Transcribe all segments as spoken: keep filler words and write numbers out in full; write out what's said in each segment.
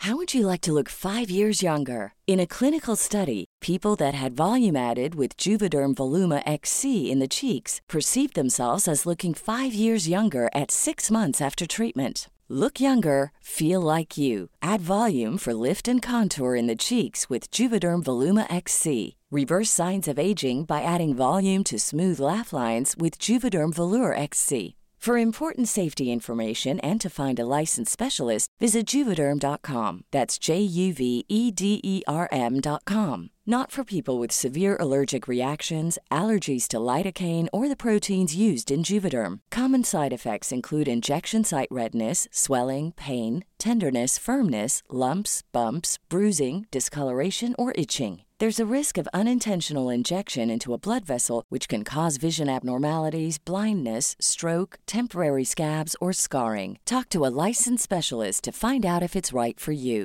How would you like to look five years younger? In a clinical study, people that had volume added with Juvederm Voluma X C in the cheeks perceived themselves as looking five years younger at six months after treatment. Look younger, feel like you. Add volume for lift and contour in the cheeks with Juvederm Voluma X C. Reverse signs of aging by adding volume to smooth laugh lines with Juvederm Volure X C. For important safety information and to find a licensed specialist, visit Juvederm dot com. That's J U V E D E R M dot com. Not for people with severe allergic reactions, allergies to lidocaine, or the proteins used in Juvederm. Common side effects include injection site redness, swelling, pain, tenderness, firmness, lumps, bumps, bruising, discoloration, or itching. There's a risk of unintentional injection into a blood vessel, which can cause vision abnormalities, blindness, stroke, temporary scabs, or scarring. Talk to a licensed specialist to find out if it's right for you.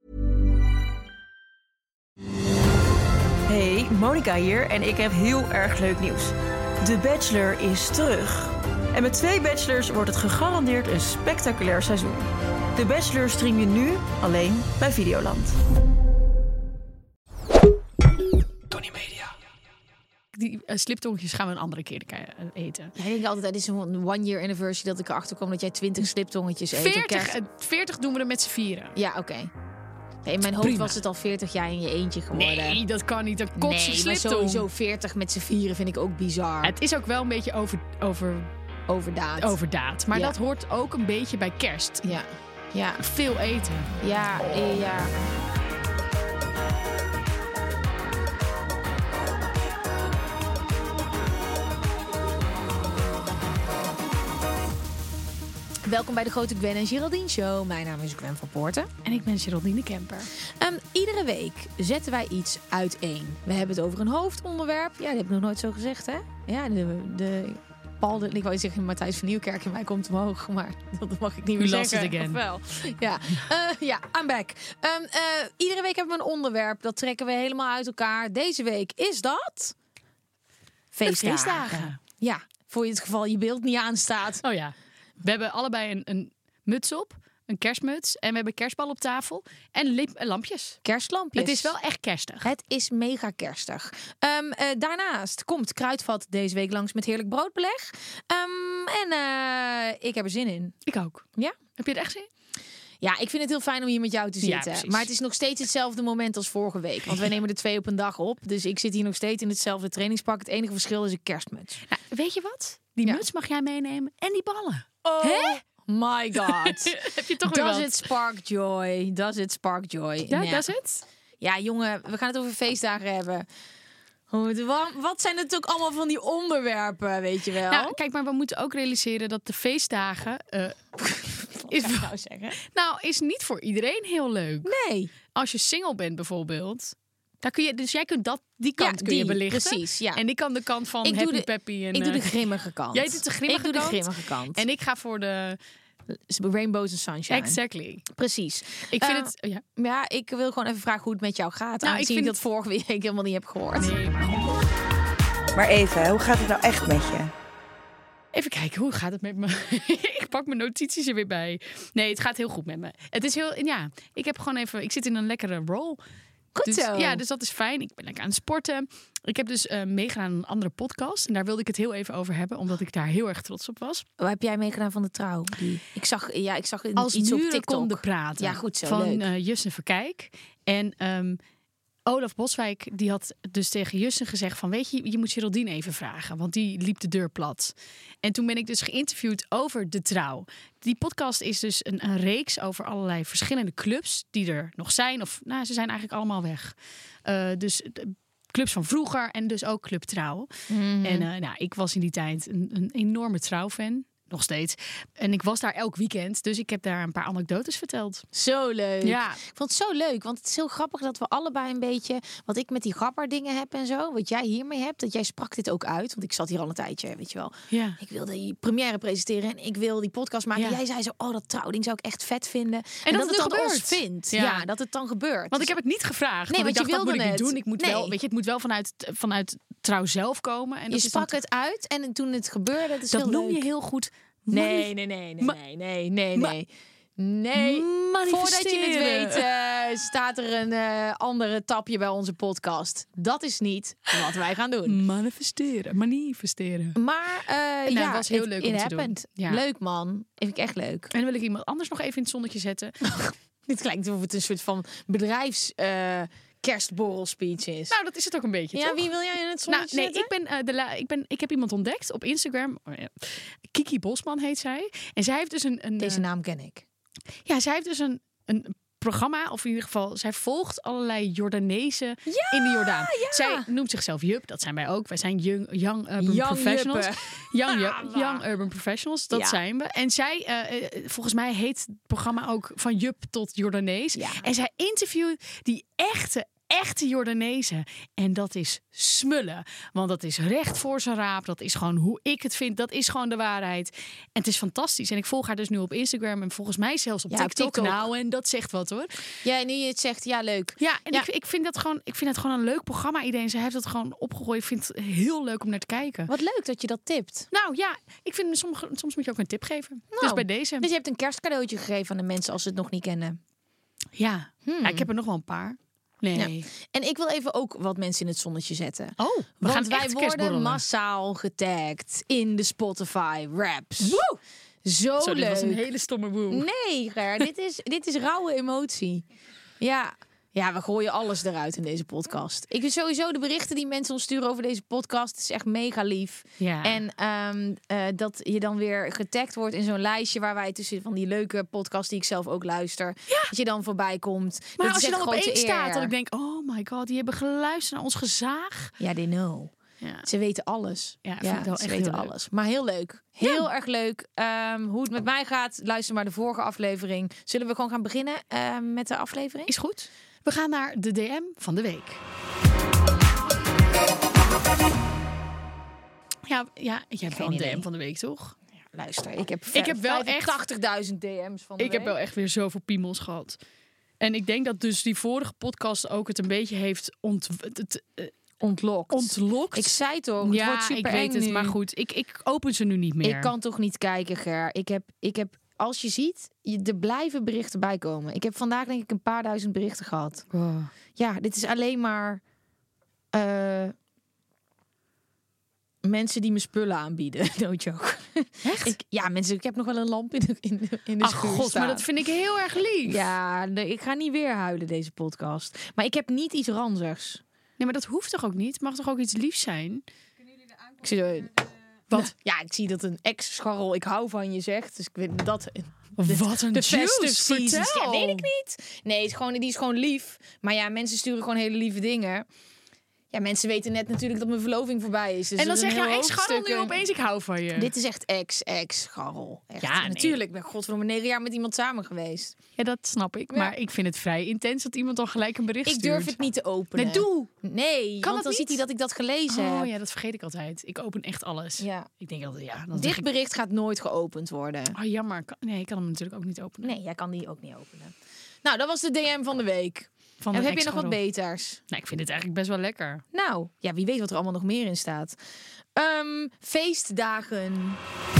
Hey, Monica hier en ik heb heel erg leuk nieuws. The Bachelor is terug. En met twee bachelors wordt het gegarandeerd een spectaculair seizoen. The Bachelor stream je nu alleen bij Videoland. Tony Media. Die uh, sliptongetjes gaan we een andere keer uh, eten. Ja, ik denk altijd, het is een one year anniversary dat ik erachter kom dat jij twintig sliptongetjes eet. veertig, veertig doen we er met z'n vieren. Ja, oké. Okay. In mijn hoofd Prima. was het al veertig jaar in je eentje geworden. Nee, dat kan niet. Dat kotse nee, sliptong. Maar sowieso veertig met z'n vieren vind ik ook bizar. Het is ook wel een beetje over... over overdaad. Overdaad. Maar ja. dat hoort ook een beetje bij kerst. Ja. Ja. Veel eten. Ja, oh. ja. Welkom bij de Grote Gwen en Geraldine Show. Mijn naam is Gwen van Poorten. En ik ben Geraldine Kemper. Um, iedere week zetten wij iets uiteen. We hebben het over een hoofdonderwerp. Ja, dat heb ik nog nooit zo gezegd, hè? Ja, de... de Paul, de, ik wou zeggen Matthijs van Nieuwkerk in mij komt omhoog. Maar dat mag ik niet meer You zeggen. Lost it again. Wel. Ja, uh, ja, I'm back. Um, uh, iedere week hebben we een onderwerp. Dat trekken we helemaal uit elkaar. Deze week is dat... Feestdagen. feestdagen. Ja, voor je het geval je beeld niet aanstaat. Oh ja. We hebben allebei een, een muts op, een kerstmuts. En we hebben kerstbal op tafel en lip, lampjes. Kerstlampjes. Het is wel echt kerstig. Het is mega kerstig. Um, uh, daarnaast komt Kruidvat deze week langs met heerlijk broodbeleg. Um, en uh, ik heb er zin in. Ik ook. Ja? Heb je er echt zin in? Ja, ik vind het heel fijn om hier met jou te zitten. Ja, maar het is nog steeds hetzelfde moment als vorige week. Want wij nemen er twee op een dag op. Dus ik zit hier nog steeds in hetzelfde trainingspak. Het enige verschil is een kerstmuts. Nou, weet je wat? Die ja. muts mag jij meenemen en die ballen. Oh Hè? My god. Heb je toch weer Does wat? it spark joy? Does it spark joy? Ja, nee. does it? Ja, jongen, we gaan het over feestdagen hebben. Wat zijn het ook allemaal van die onderwerpen, weet je wel? Nou, kijk, maar we moeten ook realiseren dat de feestdagen... Uh, is, nou, zeggen? nou, is niet voor iedereen heel leuk. Nee. Als je single bent bijvoorbeeld... Daar kun je, dus jij kunt dat, die kant ja, kun je die, belichten. Precies, ja. En ik kan de kant van ik happy de, peppy. En, ik doe de uh, grimmige kant. Jij doet de grimmige ik kant. Ik doe de grimmige kant. En ik ga voor de... Rainbows and Sunshine. Exactly. Precies. Ik vind uh, het... Ja. ja, ik wil gewoon even vragen hoe het met jou gaat. Nou, aangezien ik ik vind dat vorige week helemaal niet heb gehoord. Nee, maar goed. Maar even, hoe gaat het nou echt met je? Even kijken, hoe gaat het met me? Ik pak mijn notities er weer bij. Nee, het gaat heel goed met me. Het is heel... Ja, ik heb gewoon even... Ik zit in een lekkere rol. Goed dus, zo. Ja, dus dat is fijn. Ik ben lekker aan het sporten. Ik heb dus uh, meegedaan aan een andere podcast. En daar wilde ik het heel even over hebben. Omdat ik daar heel erg trots op was. Wat heb jij meegedaan van de trouw? Die... Ik zag, ja, ik zag Als iets op muren TikTok. konden praten. Ja, goed zo. Van leuk. Uh, Jussen Verkijk. En um, Olaf Boswijk, die had dus tegen Jussen gezegd van... weet je, je moet Geraldine even vragen. Want die liep de deur plat. En toen ben ik dus geïnterviewd over de trouw. Die podcast is dus een, een reeks over allerlei verschillende clubs... die er nog zijn. Of nou, ze zijn eigenlijk allemaal weg. Uh, dus... De, clubs van vroeger en dus ook Club Trouw. Mm-hmm. En uh, nou, ik was in die tijd een, een enorme trouwfan. Nog steeds. En ik was daar elk weekend. Dus ik heb daar een paar anekdotes verteld. Zo leuk. Ja. Ik vond het zo leuk. Want het is heel grappig dat we allebei een beetje... Wat ik met die grapper dingen heb en zo. Wat jij hiermee hebt. Dat jij sprak dit ook uit. Want ik zat hier al een tijdje, weet je wel. Ja. Ik wilde die première presenteren. En ik wil die podcast maken. Ja. Jij zei zo, oh dat trouwding zou ik echt vet vinden. En, en dat, dat, dat het dan gebeurt. ons vindt. Ja. ja, dat het dan gebeurt. Want dus... ik heb het niet gevraagd. Nee, want, want ik je dacht, wilde dat moet ik het. doen. Ik moet nee. wel, weet je, het moet wel vanuit, vanuit Trouw zelf komen. En je dat sprak dan... het uit. En toen het gebeurde, dat is dat heel noem leuk. je heel goed... Nee, nee, nee, nee, Ma- nee, nee, nee, Ma- nee. Nee, voordat je het Manifesteren. weet uh, staat er een uh, andere tapje bij onze podcast. Dat is niet wat wij gaan doen. Manifesteren. Manifesteren. Maar uh, Nou, ja, het was heel it- leuk it om te happened. doen. Ja. Leuk man, vind ik echt leuk. En dan wil ik iemand anders nog even in het zonnetje zetten. Dit klinkt alsof het een soort van bedrijfs uh, kerstborrel speech is. Nou, dat is het ook een beetje, ja, toch? wie wil jij in het Nou, zonnetje nee, zetten? ik ben, uh, de la- ik ben, ik heb iemand ontdekt op Instagram. Oh, ja. Kiki Bosman heet zij. En zij heeft dus een... een Deze uh, naam ken ik. Ja, zij heeft dus een, een programma, of in ieder geval, zij volgt allerlei Jordanezen in de Jordaan. ja. Zij noemt zichzelf Jup, dat zijn wij ook. Wij zijn young, young urban Young professionals. Juppen. Young, Ju- Ah, waar. young urban professionals, dat Ja. zijn we. En zij, uh, uh, volgens mij heet het programma ook van Jup tot Jordanees. Ja. En zij interviewt die echte, echte Jordanezen. En dat is smullen. Want dat is recht voor zijn raap. Dat is gewoon hoe ik het vind. Dat is gewoon de waarheid. En het is fantastisch. En ik volg haar dus nu op Instagram. En volgens mij zelfs op Ja, op TikTok. TikTok. Nou, en dat zegt wat hoor. Ja, nu je het zegt, ja, leuk. Ja, en Ja. Ik, ik, vind dat gewoon, ik vind het gewoon een leuk programma-idee. En ze heeft het gewoon opgegooid. Ik vind het heel leuk om naar te kijken. Wat leuk dat je dat tipt. Nou ja, ik vind sommige, soms moet je ook een tip geven. Nou, dus bij deze. Dus je hebt een kerstcadeautje gegeven aan de mensen als ze het nog niet kennen. Ja. Hmm. ja, ik heb er nog wel een paar. Nee. En ik wil even ook wat mensen in het zonnetje zetten. Oh, we Want gaan wij echt worden kerstborrelen. massaal getagd in de Spotify raps. Woe! Zo, Zo, dit leuk. was een hele stomme woe. Nee, Ger, dit is, dit is rauwe emotie. Ja. Ja, we gooien alles eruit in deze podcast. Ik vind sowieso de berichten die mensen ons sturen over deze podcast, is echt mega lief. Ja. En um, uh, dat je dan weer getagd wordt in zo'n lijstje waar wij tussen van die leuke podcasts die ik zelf ook luister, dat je dan voorbij komt. Maar dat als is je echt dan op grote één staat, eer. dat ik denk, oh my god, die hebben geluisterd naar ons gezaag. Ja, they know. Ja. Ze weten alles. Ja, vind ik wel ze echt weten heel leuk. alles. Maar heel leuk. Heel erg leuk. Um, hoe het met mij gaat, luister maar de vorige aflevering. Zullen we gewoon gaan beginnen uh, met de aflevering? Is goed. We gaan naar de D M van de week. Ja, ja je hebt wel een idee. D M van de week, toch? Luister, ik heb, Ik heb wel echt- tachtigduizend D M's van de Ik week. heb wel echt weer zoveel piemels gehad. En ik denk dat dus die vorige podcast ook het een beetje heeft ont het, het, eh, ontlokt. ontlokt. Ik zei toch, het ja, wordt super ik weet eng het, nu. maar goed. Ik, ik open ze nu niet meer. Ik kan toch niet kijken, Ger. Ik heb, ik heb, als je ziet, je, er blijven berichten bij komen. Ik heb vandaag denk ik een paar duizend berichten gehad. Wow. Ja, dit is alleen maar uh, mensen die me spullen aanbieden. No joke. Echt? Ik, ja, mensen, ik heb nog wel een lamp in de, in de, in de Ach schuur god, staan. maar dat vind ik heel erg lief. Ja, nee, ik ga niet weer huilen deze podcast. Maar ik heb niet iets ranzigs. Nee, maar dat hoeft toch ook niet? Het mag toch ook iets liefs zijn? Ik zie, uh, Wat? Ja, ik zie dat een ex-scharrel ik hou van je zegt. Dus ik weet dat... Wat een de juice, festive seasons. vertel. Ja, weet ik niet. Nee, het is gewoon, die is gewoon lief. Maar ja, mensen sturen gewoon hele lieve dingen. Ja, mensen weten net natuurlijk dat mijn verloving voorbij is. Dus En dan dat is zeg een jouw heel ex-scharrel nu hoofdstuk, opeens, ik hou van je. Dit is echt ex-ex-scharrel. Echt. Ja, nee. natuurlijk. Ik ben godverdomme negen jaar met iemand samen geweest. Ja, dat snap ik. Ja. Maar ik vind het vrij intens dat iemand dan gelijk een bericht Ik stuurt. durf het niet te openen. Nee, doe. Nee, Kan want dat dan niet? ziet hij dat ik dat gelezen Oh heb. ja, dat vergeet ik altijd. Ik open echt alles. Ja. Ik denk altijd, ja. Dan zeg Dit ik, bericht gaat nooit geopend worden. oh jammer. Kan- Nee, ik kan hem natuurlijk ook niet openen. Nee, jij kan die ook niet openen. Nou, dat was de D M van de week. Van En de heb je nog wat ex-scharrel. beters? Nee, ik vind dit eigenlijk best wel lekker. Nou, ja, wie weet wat er allemaal nog meer in staat. Um, feestdagen.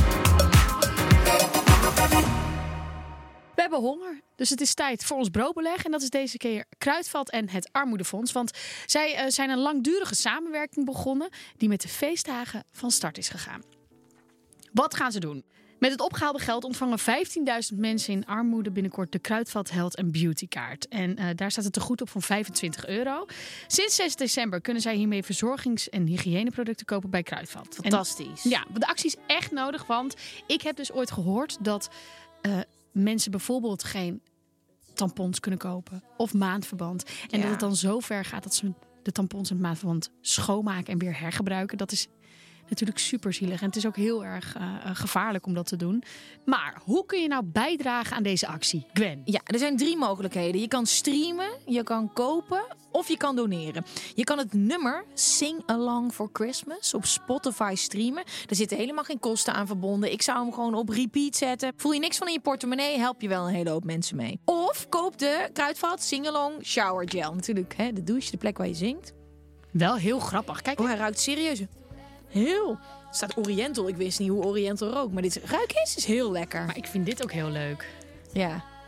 We hebben honger, dus het is tijd voor ons broodbeleg. En dat is deze keer Kruidvat en het Armoedefonds. Want zij uh, zijn een langdurige samenwerking begonnen die met de feestdagen van start is gegaan. Wat gaan ze doen? Met het opgehaalde geld ontvangen vijftienduizend mensen in armoede binnenkort de Kruidvat Health and Beauty kaart. En uh, daar staat het tegoed op van vijfentwintig euro. Sinds zes december kunnen zij hiermee verzorgings- en hygiëneproducten kopen bij Kruidvat. Fantastisch. En, ja, de actie is echt nodig, want ik heb dus ooit gehoord dat uh, mensen bijvoorbeeld geen tampons kunnen kopen of maandverband. En Ja. dat het dan zo ver gaat dat ze de tampons en het maandverband schoonmaken en weer hergebruiken. Dat is natuurlijk super zielig. En het is ook heel erg uh, gevaarlijk om dat te doen. Maar hoe kun je nou bijdragen aan deze actie, Gwen? Ja, er zijn drie mogelijkheden. Je kan streamen, je kan kopen of je kan doneren. Je kan het nummer Sing Along for Christmas op Spotify streamen. Er zitten helemaal geen kosten aan verbonden. Ik zou hem gewoon op repeat zetten. Voel je niks van in je portemonnee, help je wel een hele hoop mensen mee. Of koop de Kruidvat Sing Along Shower Gel. Natuurlijk, hè, de douche, de plek waar je zingt. Wel heel grappig. Kijk, Oh, hij ruikt serieus heel... Er staat Oriental. Ik wist niet hoe Oriental rook. Maar dit ruik is, is heel lekker. maar ik vind dit ook heel leuk. Ja.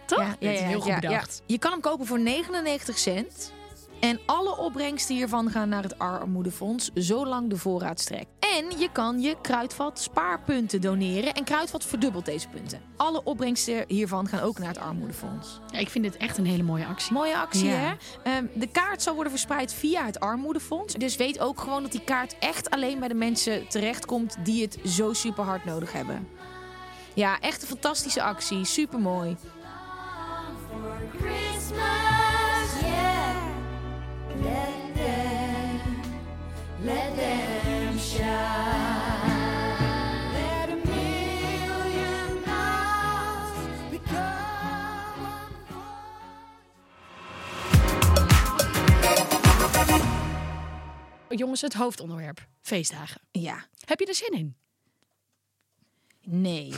Toch? Ja, ja, Dit is ja, heel goed ja, bedacht. ja. Je kan hem kopen voor negenennegentig cent. En alle opbrengsten hiervan gaan naar het Armoedefonds, zolang de voorraad strekt. En je kan je Kruidvat spaarpunten doneren. En Kruidvat verdubbelt deze punten. Alle opbrengsten hiervan gaan ook naar het Armoedefonds. Ja, ik vind dit echt een hele mooie actie. Mooie actie, Ja. hè? Um, de kaart zal worden verspreid via het Armoedefonds. Dus weet ook gewoon dat die kaart echt alleen bij de mensen terechtkomt die het zo super hard nodig hebben. Ja, echt een fantastische actie. Super mooi. Let them shine. Let a million hearts become one. Jongens, het hoofdonderwerp. Feestdagen. Ja. Heb je er zin in? Nee.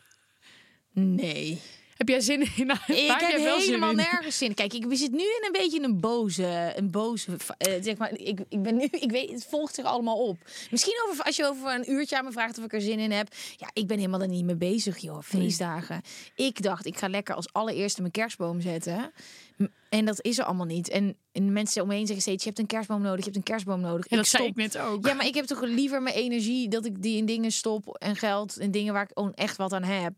Nee. Heb jij zin in? Nou, Ik waar heb jij wel zin helemaal in? nergens zin. Kijk, ik zit nu in een beetje een boze, een boze, uh, zeg maar. Ik, ik ben nu, ik weet, het volgt zich allemaal op. Misschien over, als je over een uurtje aan me vraagt of ik er zin in heb. Ja, ik ben helemaal er niet mee bezig, joh. Feestdagen. Nee. Ik dacht, ik ga lekker als allereerste mijn kerstboom zetten. En dat is er allemaal niet. En, en mensen om me heen zeggen steeds, je hebt een kerstboom nodig, je hebt een kerstboom nodig. En dat ik stop. zei ik net ook. Ja, maar ik heb toch liever mijn energie dat ik die in dingen stop en geld en dingen waar ik gewoon echt wat aan heb.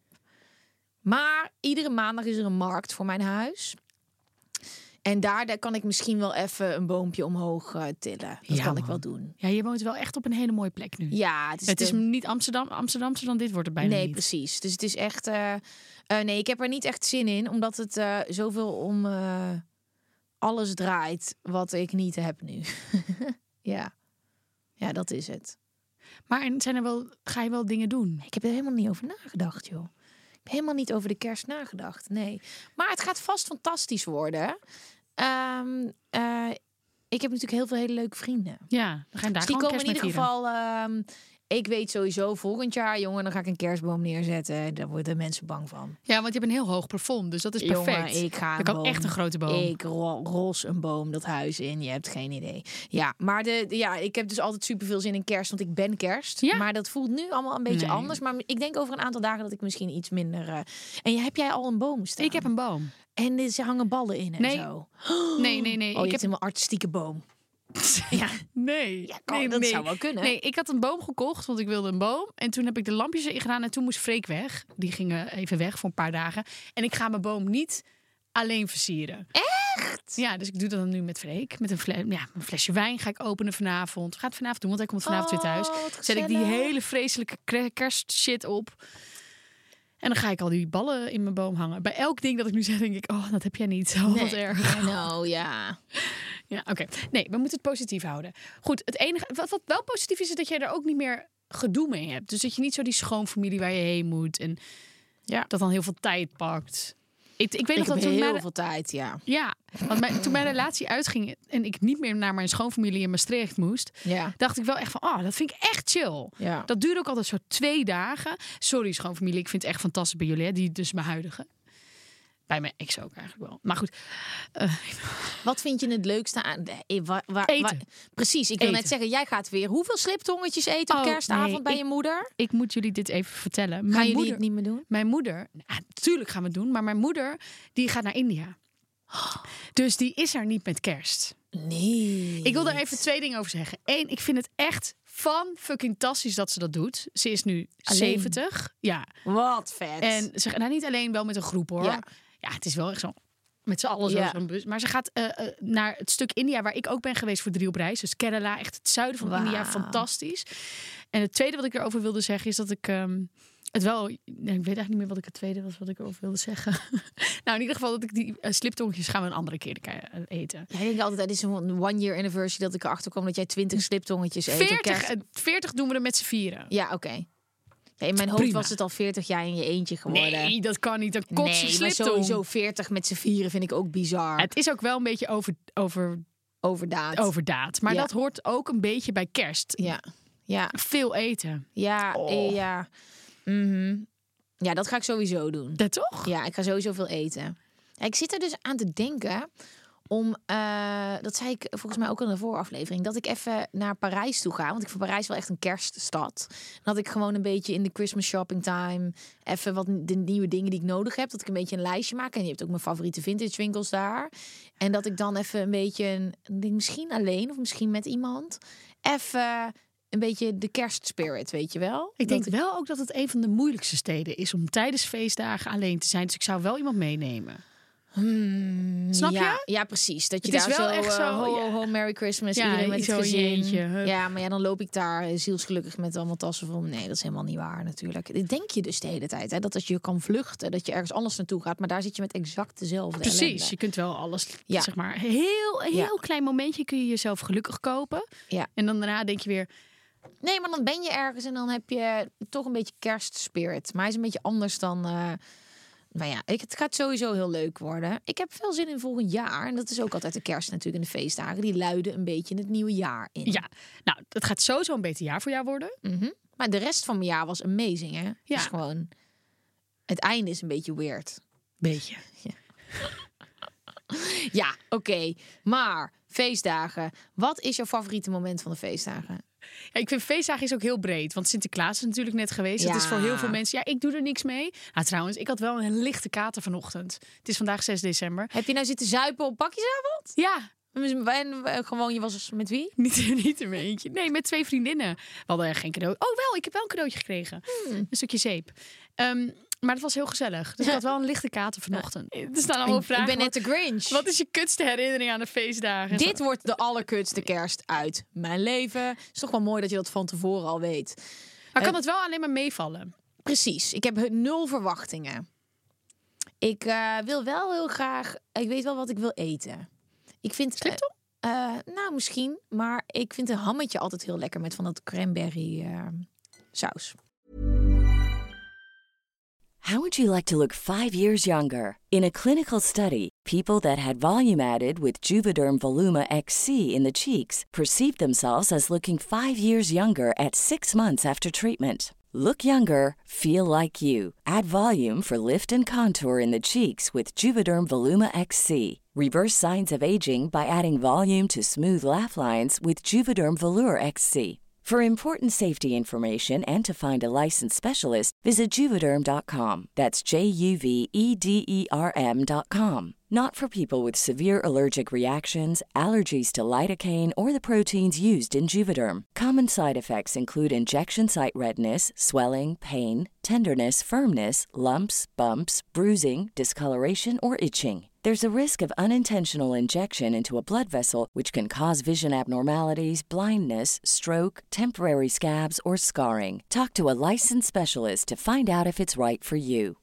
Maar iedere maandag is er een markt voor mijn huis. En daar, daar kan ik misschien wel even een boompje omhoog uh, tillen. Dat Ja, kan ik man. wel doen. Ja, je woont wel echt op een hele mooie plek nu. Ja, het is, Het is de- niet Amsterdam, Amsterdamse dan dit wordt het bijna Nee, niet. precies. Dus het is echt... Uh, uh, nee, ik heb er niet echt zin in. Omdat het uh, zoveel om uh, alles draait wat ik niet heb nu. ja. Ja, dat is het. Maar en zijn er wel, ga je wel dingen doen? Ik heb er helemaal niet over nagedacht, joh. Ik heb helemaal niet over de kerst nagedacht, nee. Maar het gaat vast fantastisch worden. Um, uh, ik heb natuurlijk heel veel hele leuke vrienden. Ja, dan ga je daar Dus die gewoon komen in kerst ieder mee vieren. geval... Um, ik weet sowieso volgend jaar, jongen, dan ga ik een kerstboom neerzetten. Daar worden mensen bang van. Ja, want je hebt een heel hoog plafond, dus dat is perfect. Jongen, ik ga Dat een kan boom. echt een grote boom. Ik ro- ros een boom dat huis in. Je hebt geen idee. Ja, maar de, de- ja, ik heb dus altijd superveel zin in kerst, want ik ben kerst. Ja. Maar dat voelt nu allemaal een beetje Nee. anders. Maar ik denk over een aantal dagen dat ik misschien iets minder... Uh... En heb jij al een boom staan? Ik heb een boom. En er hangen ballen in en Nee. zo. Nee, nee, nee. Oh, je ik hebt heb helemaal artistieke boom. Ja, Nee. ja kan, nee, dat nee. zou wel kunnen. Nee, ik had een boom gekocht, want ik wilde een boom. En toen heb ik de lampjes erin gedaan en toen moest Freek weg. Die gingen even weg voor een paar dagen. En ik ga mijn boom niet alleen versieren. Echt? Ja, dus ik doe dat dan nu met Freek. Met een, fle- ja, een flesje wijn ga ik openen vanavond. We gaan het vanavond doen, want hij komt vanavond weer thuis. Oh, wat Zet ik die gezellig. hele vreselijke kre- kerstshit op. En dan ga ik al die ballen in mijn boom hangen. Bij elk ding dat ik nu zeg, denk ik, oh, dat heb jij niet. Oh, wat erg. Nou, ja. Ja, oké. Nee, we moeten het positief houden. Goed, het enige wat, wat wel positief is, is dat jij er ook niet meer gedoe mee hebt. Dus dat je niet zo die schoonfamilie waar je heen moet. En Ja. dat dan heel veel tijd pakt. Ik, ik weet Ik nog heb dat toen heel mijn, veel tijd, ja. ja, want mijn, toen mijn relatie uitging en ik niet meer naar mijn schoonfamilie in Maastricht moest, Ja. dacht ik wel echt van, oh, dat vind ik echt chill. Ja. Dat duurde ook altijd zo twee dagen. Sorry schoonfamilie, ik vind het echt fantastisch bij jullie, hè? Die dus mijn huidige. Bij mijn ex ook eigenlijk wel. Maar goed. Uh, Wat vind je het leukste aan... Nee, wa, wa, Eten. wa- precies, ik wil Eten. net zeggen, jij gaat weer hoeveel sliptongetjes eten op Oh, kerstavond nee, bij ik- je moeder? ik moet jullie dit even vertellen. Gaan Mijn jullie moeder, het niet meer doen? Mijn moeder, nou, natuurlijk gaan we het doen, maar mijn moeder die gaat naar India. Dus die is er niet met kerst. Nee. Ik wil daar even twee dingen over zeggen. Eén, ik vind het echt van fucking fantastisch dat ze dat doet. Ze is nu Alleen? zeventig. Ja. Wat vet. En ze nou niet alleen wel met een groep hoor. Ja. Ja, het is wel echt zo. Met z'n allen zo Ja. zo'n bus. Maar ze gaat uh, uh, naar het stuk India waar ik ook ben geweest voor drie op reis. Dus Kerala, echt het zuiden van Wauw. India. Fantastisch. En het tweede wat ik erover wilde zeggen is dat ik um, het wel... Nee, ik weet eigenlijk niet meer wat ik het tweede was wat ik erover wilde zeggen. Nou, in ieder geval dat ik die uh, sliptongetjes gaan we een andere keer uh, eten. Ja, ik denk altijd, het is een one year anniversary dat ik erachter kwam dat jij twintig sliptongetjes eet op veertig, kerst. uh, veertig doen we er met z'n vieren. Ja, oké. Okay. Ja, in mijn hoofd Prima. was het al veertig jaar in je eentje geworden. Nee, dat kan niet. Een kotse Nee, maar sliptong. sowieso veertig met z'n vieren vind ik ook bizar. Het is ook wel een beetje over, over, Overdaad. overdaad. Maar Ja. dat hoort ook een beetje bij kerst. Ja. Ja. Veel eten. Ja. Oh. eh, ja. Mhm. Ja, dat ga ik sowieso doen. Dat toch? Ja, ik ga sowieso veel eten. Ja, ik zit er dus aan te denken om, uh, dat zei ik volgens mij ook al in de vooraflevering, dat ik even naar Parijs toe ga. Want ik vind Parijs wel echt een kerststad. Dat ik gewoon een beetje in de Christmas shopping time even wat de nieuwe dingen die ik nodig heb. Dat ik een beetje een lijstje maak. En je hebt ook mijn favoriete vintage winkels daar. En dat ik dan even een beetje, een, denk misschien alleen of misschien met iemand, even een beetje de kerstspirit, weet je wel? Ik denk dat wel ook dat het een van de moeilijkste steden is om tijdens feestdagen alleen te zijn. Dus ik zou wel iemand meenemen. Hmm, Snap ja, je? Ja, precies. Dat je Het daar is wel zo, echt uh, zo, ho, ho, ja. ho, Merry Christmas, Ja, iedereen met zo het in je gezin. eentje, hup. Ja, maar ja, dan loop ik daar uh, zielsgelukkig met allemaal tassen vol. Nee, dat is helemaal niet waar natuurlijk. Dit denk je dus de hele tijd, hè? Dat als je kan vluchten, dat je ergens anders naartoe gaat, maar daar zit je met exact dezelfde Precies, ellende. je kunt wel alles, Ja. zeg maar, heel, een heel Ja. klein momentje kun je jezelf gelukkig kopen. Ja. En dan daarna denk je weer, Nee, maar dan ben je ergens en dan heb je toch een beetje kerstspirit. Maar hij is een beetje anders dan... Uh, maar ja, ik, het gaat sowieso heel leuk worden. Ik heb veel zin in volgend jaar. En dat is ook altijd de kerst natuurlijk en de feestdagen. Die luiden een beetje in het nieuwe jaar in. ja, nou, het gaat sowieso een beter jaar voor jou worden. Mm-hmm. Maar de rest van mijn jaar was amazing, hè? Ja. Dus gewoon... Het einde is een beetje weird. Beetje. Ja, oké. Okay. Maar feestdagen. Wat is jouw favoriete moment van de feestdagen? Ja, ik vind feestdagen is ook heel breed. Want Sinterklaas is natuurlijk net geweest. Dat Ja. is voor heel veel mensen. Ja, ik doe er niks mee. Nou, trouwens, ik had wel een lichte kater vanochtend. Het is vandaag zes december. Heb je nou zitten zuipen op pakjesavond? Ja, En uh, gewoon, je was dus met wie? niet, niet in mijn eentje. Nee, met twee vriendinnen. We hadden er geen cadeau. Oh, wel, ik heb wel een cadeautje gekregen. Hmm. Een stukje zeep. Um, maar het was heel gezellig. Dus ik had wel een lichte kater vanochtend. Er staan allemaal Ik, vragen. ik ben net wat, de Grinch. wat is je kutste herinnering aan de feestdagen? Dit wordt de allerkutste kerst uit mijn leven. Het is toch wel mooi dat je dat van tevoren al weet. Maar kan Uh, het wel alleen maar meevallen? Precies. Ik heb nul verwachtingen. Ik uh, wil wel heel graag... Ik weet wel wat ik wil eten. Ik vind... Sliptop? Uh, uh, nou, misschien. Maar ik vind een hammetje altijd heel lekker met van dat cranberry uh, saus. How would you like to look five years younger? In a clinical study, people that had volume added with Juvederm Voluma X C in the cheeks perceived themselves as looking five years younger at six months after treatment. Look younger, feel like you. Add volume for lift and contour in the cheeks with Juvederm Voluma X C. Reverse signs of aging by adding volume to smooth laugh lines with Juvederm Volure X C. For important safety information and to find a licensed specialist, visit Juvederm dot com. That's J U V E D E R M dot com. Not for people with severe allergic reactions, allergies to lidocaine, or the proteins used in Juvederm. Common side effects include injection site redness, swelling, pain, tenderness, firmness, lumps, bumps, bruising, discoloration, or itching. There's a risk of unintentional injection into a blood vessel, which can cause vision abnormalities, blindness, stroke, temporary scabs, or scarring. Talk to a licensed specialist to find out if it's right for you.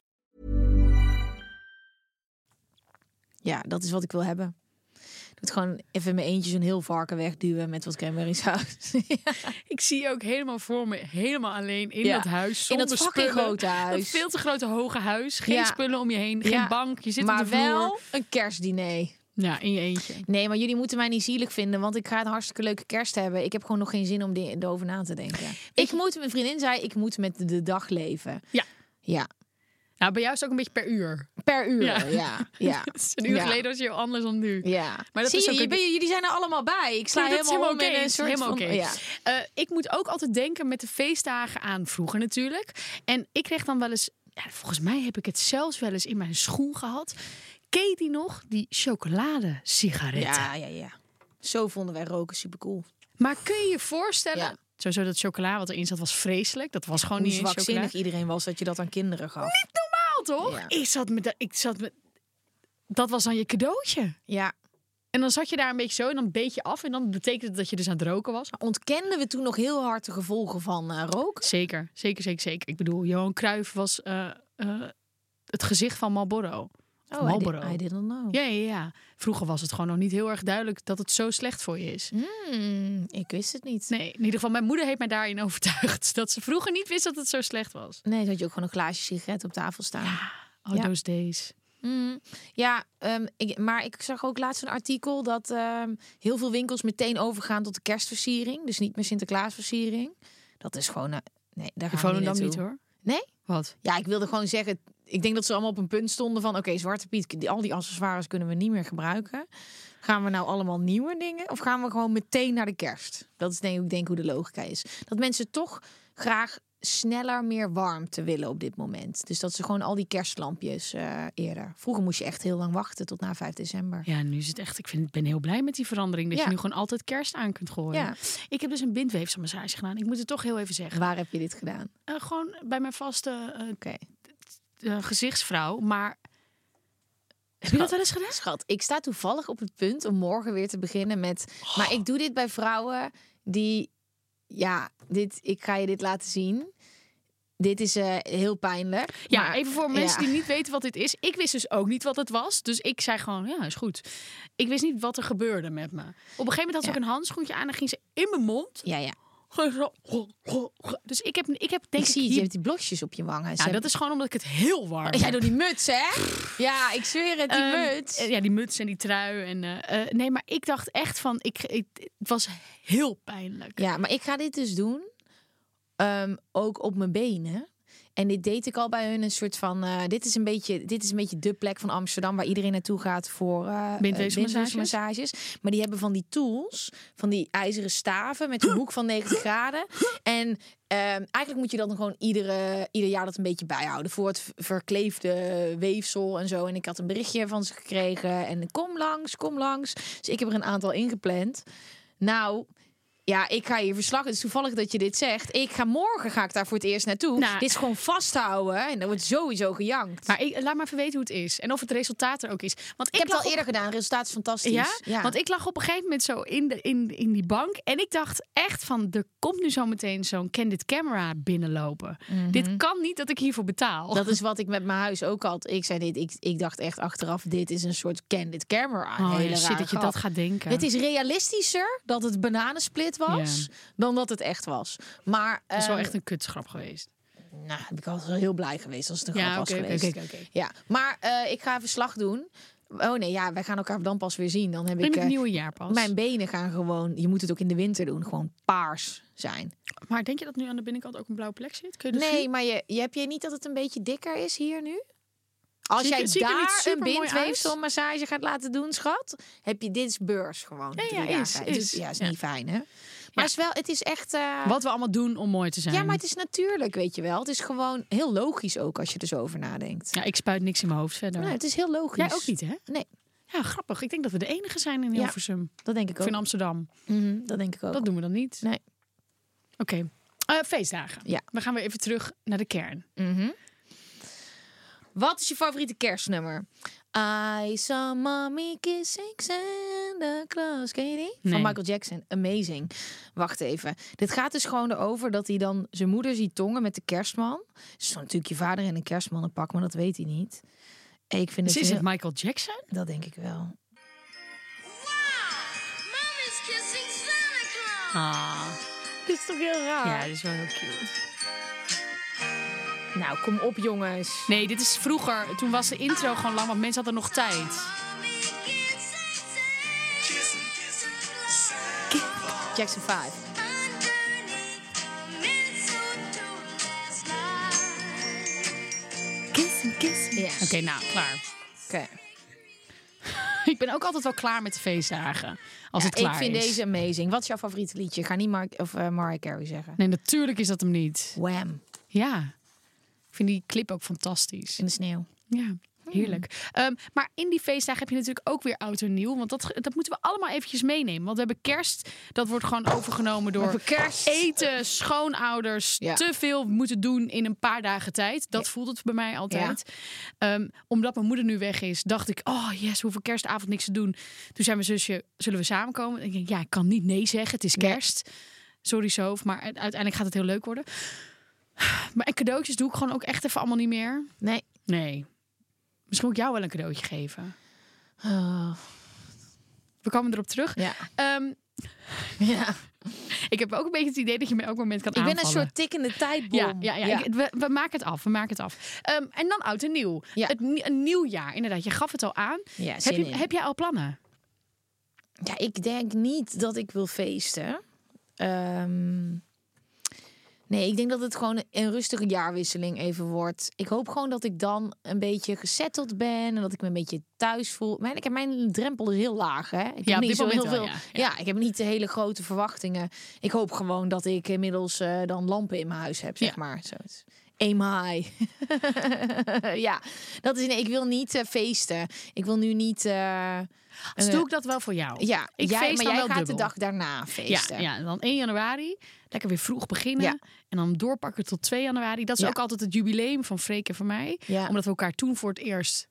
Ja, dat is wat ik wil hebben. Ik moet gewoon even mijn eentje zo'n heel varken wegduwen met wat cranberry saus. Ja. Ik zie je ook helemaal voor me, helemaal alleen in Ja. dat huis. In Zonder dat fucking spullen. grote Dat huis. veel te grote hoge huis. Geen Ja. spullen om je heen, geen Ja. bank. Je zit Maar op de vloer. wel een kerstdiner. Ja, in je eentje. Nee, maar jullie moeten mij niet zielig vinden, want ik ga een hartstikke leuke kerst hebben. Ik heb gewoon nog geen zin om die- erover na te denken. Ik moet, mijn vriendin zei, ik moet met de dag leven. Ja. Ja. Nou, bij jou is het ook een beetje per uur. Per uur, Ja. ja. Ja. Het is een uur Ja. geleden was je heel anders dan nu. Ja. Maar dat Zie is je, ook je een- ben- jullie zijn er allemaal bij. Ik sla Nee, dat is helemaal, helemaal om in oké. een soort Helemaal van... oké. Ja. Uh, ik moet ook altijd denken met de feestdagen aan vroeger natuurlijk. En ik kreeg dan wel eens... Ja, volgens mij heb ik het zelfs wel eens in mijn schoen gehad. Ken je die nog? Die chocoladesigaretten. Ja, ja, ja. Zo vonden wij roken supercool. Maar kun je je voorstellen... Ja. Sowieso dat chocola wat erin zat was vreselijk. Dat was gewoon Hoe niet eens zwakzinnig chocola. iedereen was dat je dat aan kinderen gaf. Normaal, toch? Ja. Ik zat met... de- Ik zat met dat was dan je cadeautje. Ja. En dan zat je daar een beetje zo en dan beet je af. En dan betekent het dat je dus aan het roken was. Ontkenden we toen nog heel hard de gevolgen van uh, roken? Zeker, zeker, zeker, zeker. Ik bedoel, Johan Cruijff was uh, uh, het gezicht van Marlboro. Of Oh, I, did, Marlboro. I didn't know. Ja, ja, ja. Vroeger was het gewoon nog niet heel erg duidelijk dat het zo slecht voor je is. Mm, ik wist het niet. Nee, in ieder geval, mijn moeder heeft mij daarin overtuigd. Dat ze vroeger niet wist dat het zo slecht was. Nee, dan had je ook gewoon een glaasje sigaret op tafel staan. Oh, Ja. those days. Mm, ja, um, ik, maar ik zag ook laatst een artikel dat um, heel veel winkels meteen overgaan tot de kerstversiering. Dus niet meer Sinterklaasversiering. Dat is gewoon... Uh, nee, daar In gaan we niet Volendam naartoe. niet, hoor. Nee? Wat? Ja, ik wilde gewoon zeggen... ik denk dat ze allemaal op een punt stonden van... oké, okay, Zwarte Piet, die, al die accessoires kunnen we niet meer gebruiken. Gaan we nou allemaal nieuwe dingen? Of gaan we gewoon meteen naar de kerst? Dat is denk ik denk hoe de logica is. Dat mensen toch graag sneller meer warmte willen op dit moment. Dus dat ze gewoon al die kerstlampjes uh, eerder. Vroeger moest je echt heel lang wachten tot na vijf december. Ja, nu is het echt... Ik vind, ik ben heel blij met die verandering. Dat ja. je nu gewoon altijd kerst aan kunt gooien. Ja. Ik heb dus een bindweefselmassage gedaan. Ik moet het toch heel even zeggen. Waar heb je dit gedaan? Uh, gewoon bij mijn vaste uh, okay. uh, gezichtsvrouw. Maar... Heb je dat wel eens gedaan? Schat, ik sta toevallig op het punt om morgen weer te beginnen met... Oh. Maar ik doe dit bij vrouwen die... Ja, dit, ik ga je dit laten zien. Dit is uh, heel pijnlijk. Ja, maar, even voor mensen ja. die niet weten wat dit is. Ik wist dus ook niet wat het was. Dus ik zei gewoon, ja, is goed. Ik wist niet wat er gebeurde met me. Op een gegeven moment had ze ja. ook een handschoentje aan en ging ze in mijn mond. Ja, ja. Dus ik heb, ik heb denk ik zie, hier... je hebt die blosjes op je wangen. Ja, hebben... dat is gewoon omdat ik het heel warm heb. Ja, door die muts, hè? Ja, ik zweer het, die um, muts. Ja, die muts en die trui. En, uh, uh, nee, maar ik dacht echt van, ik, ik, het was heel pijnlijk. Ja, maar ik ga dit dus doen. Um, ook op mijn benen. En dit deed ik al bij hun een soort van... Uh, dit, is een beetje, dit is een beetje de plek van Amsterdam... waar iedereen naartoe gaat voor uh, bindweefselmassages. Maar die hebben van die tools... van die ijzeren staven met een hoek van negentig graden. En uh, eigenlijk moet je dan gewoon iedere, ieder jaar dat een beetje bijhouden... voor het verkleefde weefsel en zo. En ik had een berichtje van ze gekregen. En kom langs, kom langs. Dus ik heb er een aantal ingepland. Nou... Ja, ik ga hier verslag. Het is toevallig dat je dit zegt. Ik ga morgen ga ik daar voor het eerst naartoe. Nou, dit is gewoon vasthouden en dan wordt sowieso gejankt. Maar ik, laat maar even weten hoe het is en of het resultaat er ook is. Want ik, ik heb het al op... eerder gedaan. Het resultaat is fantastisch. Ja? Ja. Want ik lag op een gegeven moment zo in, de, in, in die bank en ik dacht echt van, er komt nu zo meteen zo'n candid camera binnenlopen. Mm-hmm. Dit kan niet dat ik hiervoor betaal. Dat is wat ik met mijn huis ook had. Ik zei dit. Ik, ik dacht echt achteraf, dit is een soort candid camera. Oh, hele ja, shit, dat je dat gaat denken. Het is realistischer dat het bananensplit was. Ja. Dan dat het echt was. Maar het is wel um, echt een kutschrap geweest. Nou, ik was wel heel blij geweest als het een grap ja, was okay, geweest. Okay, okay. Ja, maar uh, ik ga even slag doen. Oh nee, ja, wij gaan elkaar dan pas weer zien. Dan heb in ik het uh, nieuwe jaar pas. Mijn benen gaan gewoon. Je moet het ook in de winter doen. Gewoon paars zijn. Maar denk je dat nu aan de binnenkant ook een blauwe plek zit? Kun je dat nee, zien? maar je, je heb je niet dat het een beetje dikker is hier nu? Als zie jij ik, daar een bindweefselmassage gaat laten doen, schat, heb je dit is beurs gewoon. Ja, ja, is, is. Dus, ja, is ja. niet fijn, hè? Maar ja. is wel, het is echt... Uh... Wat we allemaal doen om mooi te zijn. Ja, maar het is natuurlijk, weet je wel. Het is gewoon heel logisch ook als je er zo over nadenkt. Ja, ik spuit niks in mijn hoofd verder. Nee, het is heel logisch. Jij ook niet, hè? Nee. Ja, grappig. Ik denk dat we de enige zijn in Hilversum. Ja, dat denk ik ook. Of in Amsterdam. Mm-hmm, dat denk ik ook. Dat doen we dan niet. Nee. Oké. Okay. Uh, feestdagen. Ja. We gaan weer even terug naar de kern. Mm-hmm. Wat is je favoriete kerstnummer? I saw mommy kissing Santa Claus. Ken je die? Nee. Van Michael Jackson. Amazing. Wacht even. Dit gaat dus gewoon erover dat hij dan zijn moeder ziet tongen met de kerstman. Dus dan natuurlijk je vader in een kerstmannenpak, maar dat weet hij niet. Ik vind dus het is heel... het Michael Jackson? Dat denk ik wel. Wow, mommy's kissing Santa Claus. Ah. Dit is toch heel raar? Ja, dit is wel heel cute. Nou, kom op jongens. Nee, dit is vroeger. Toen was de intro gewoon lang, want mensen hadden nog tijd. Jackson vijf. Kissen, kissen. Ja. Oké, okay, nou, klaar. Oké. Okay. Ik ben ook altijd wel klaar met de feestdagen. Als ja, het klaar ik vind is. deze amazing. Wat is jouw favoriete liedje? Ik ga niet Mark of uh, Mariah Carey zeggen. Nee, natuurlijk is dat hem niet. Wham. Ja. Ik vind die clip ook fantastisch. In de sneeuw. Ja, heerlijk. Hmm. Um, maar in die feestdagen heb je natuurlijk ook weer oud en nieuw. Want dat, dat moeten we allemaal eventjes meenemen. Want we hebben kerst. Dat wordt gewoon overgenomen door kerst. eten, schoonouders. Ja. Te veel moeten doen in een paar dagen tijd. Dat ja. voelt het bij mij altijd. Ja. Um, omdat mijn moeder nu weg is, dacht ik... Oh yes, we hoeven kerstavond niks te doen. Toen zei mijn zusje, zullen we samenkomen? En ik denk, ja, ik kan niet nee zeggen. Het is kerst. Nee. Sorry, Sof. Maar uiteindelijk gaat het heel leuk worden. Maar en cadeautjes doe ik gewoon ook echt even allemaal niet meer. Nee. Nee. Misschien moet ik jou wel een cadeautje geven. Oh. We komen erop terug. Ja. Um, ja. Ik heb ook een beetje het idee dat je me elk moment kan ik aanvallen. Ik ben een soort tikkende tijdbom. Ja, ja, ja. ja. Ik, we, we maken het af. We maken het af. Um, en dan oud en nieuw. Ja. Het, een nieuw jaar, inderdaad. Je gaf het al aan. Ja, heb, je, heb jij al plannen? Ja, ik denk niet dat ik wil feesten. Um, Nee, ik denk dat het gewoon een rustige jaarwisseling even wordt. Ik hoop gewoon dat ik dan een beetje gesetteld ben en dat ik me een beetje thuis voel. Mijn, ik heb mijn drempel is heel laag, hè? Ik heb Ja, op niet dit zo heel moment wel, veel. ja, Ja, ja. ik heb niet de hele grote verwachtingen. Ik hoop gewoon dat ik inmiddels uh, dan lampen in mijn huis heb, zeg Ja. maar. Zo. Aim high. Ja, dat is. Nee, ik wil niet uh, feesten. Ik wil nu niet. Uh, Dus uh, doe ik dat wel voor jou. Ja, ik jij, feest maar dan jij wel gaat dubbel. de dag daarna feesten. Ja, ja, dan één januari. Lekker weer vroeg beginnen. Ja. En dan doorpakken tot twee januari. Dat is Ja. ook altijd het jubileum van Freek en van mij. Ja. Omdat we elkaar toen voor het eerst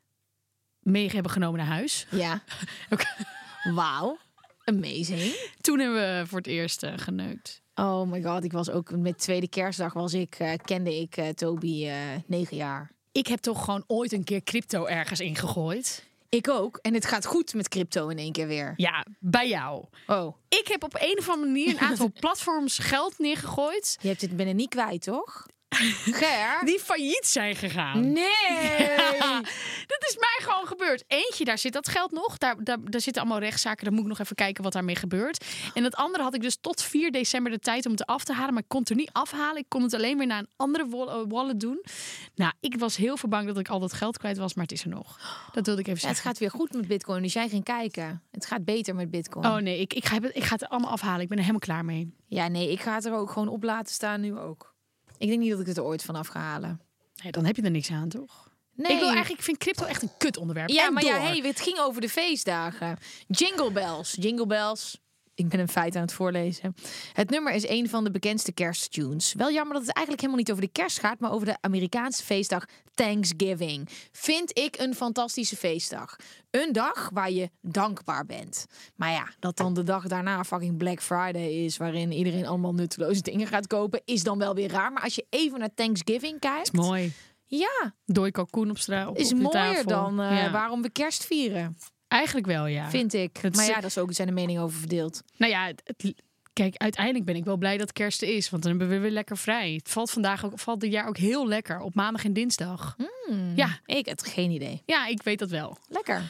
mee hebben genomen naar huis. Ja. Oké. Wauw. Amazing. Toen hebben we voor het eerst uh, geneukt. Oh my god, ik was ook met tweede kerstdag was ik, uh, kende ik uh, Toby uh, negen jaar. Ik heb toch gewoon ooit een keer crypto ergens ingegooid. Ik ook. En het gaat goed met crypto in één keer weer. Ja, bij jou. Oh, Ik heb op een of andere manier een aantal platforms geld neergegooid je hebt het binnen niet kwijt, toch? Ger? die failliet zijn gegaan. Nee! Ja, dat is mij gewoon gebeurd. Eentje, daar zit dat geld nog. Daar, daar, daar zitten allemaal rechtszaken. Daar moet ik nog even kijken wat daarmee gebeurt. En het andere had ik dus tot vier december de tijd om het af te halen. Maar ik kon het er niet afhalen. Ik kon het alleen weer naar een andere wallet doen. Nou, ik was heel veel bang dat ik al dat geld kwijt was. Maar het is er nog. Dat wilde ik even Ja, het zeggen. gaat weer goed met Bitcoin, dus jij ging kijken. Het gaat beter met Bitcoin. Oh nee, ik, ik, ga, het- ik ga het allemaal afhalen. Ik ben er helemaal klaar mee. Ja, nee, ik ga het er ook gewoon op laten staan nu ook. Ik denk niet dat ik het er ooit vanaf ga halen. Nee, dan heb je er niks aan, toch? Nee. Ik wil eigenlijk, ik vind crypto echt een kut onderwerp. Ja, En maar door. ja, hey, het ging over de feestdagen. Jingle bells, jingle bells. Ik ben een feit aan het voorlezen. Het nummer is een van de bekendste kersttunes. Wel jammer dat het eigenlijk helemaal niet over de kerst gaat, maar over de Amerikaanse feestdag Thanksgiving. Vind ik een fantastische feestdag. Een dag waar je dankbaar bent. Maar ja, dat dan de dag daarna fucking Black Friday is, waarin iedereen allemaal nutteloze dingen gaat kopen, is dan wel weer raar. Maar als je even naar Thanksgiving kijkt, Mooi. ja, Dooi kalkoen op straat. Op, is op de mooier tafel. dan uh, Ja. waarom we kerst vieren. Eigenlijk wel, ja. Vind ik. Het Maar is- ja, dat is ook, er zijn de meningen over verdeeld. Nou ja, het, het- kijk, uiteindelijk ben ik wel blij dat kerst er is. Want dan hebben we weer lekker vrij. Het valt vandaag ook, valt dit jaar ook heel lekker. Op maandag en dinsdag. Hmm. Ja, Ik had geen idee. ja, ik weet dat wel. Lekker.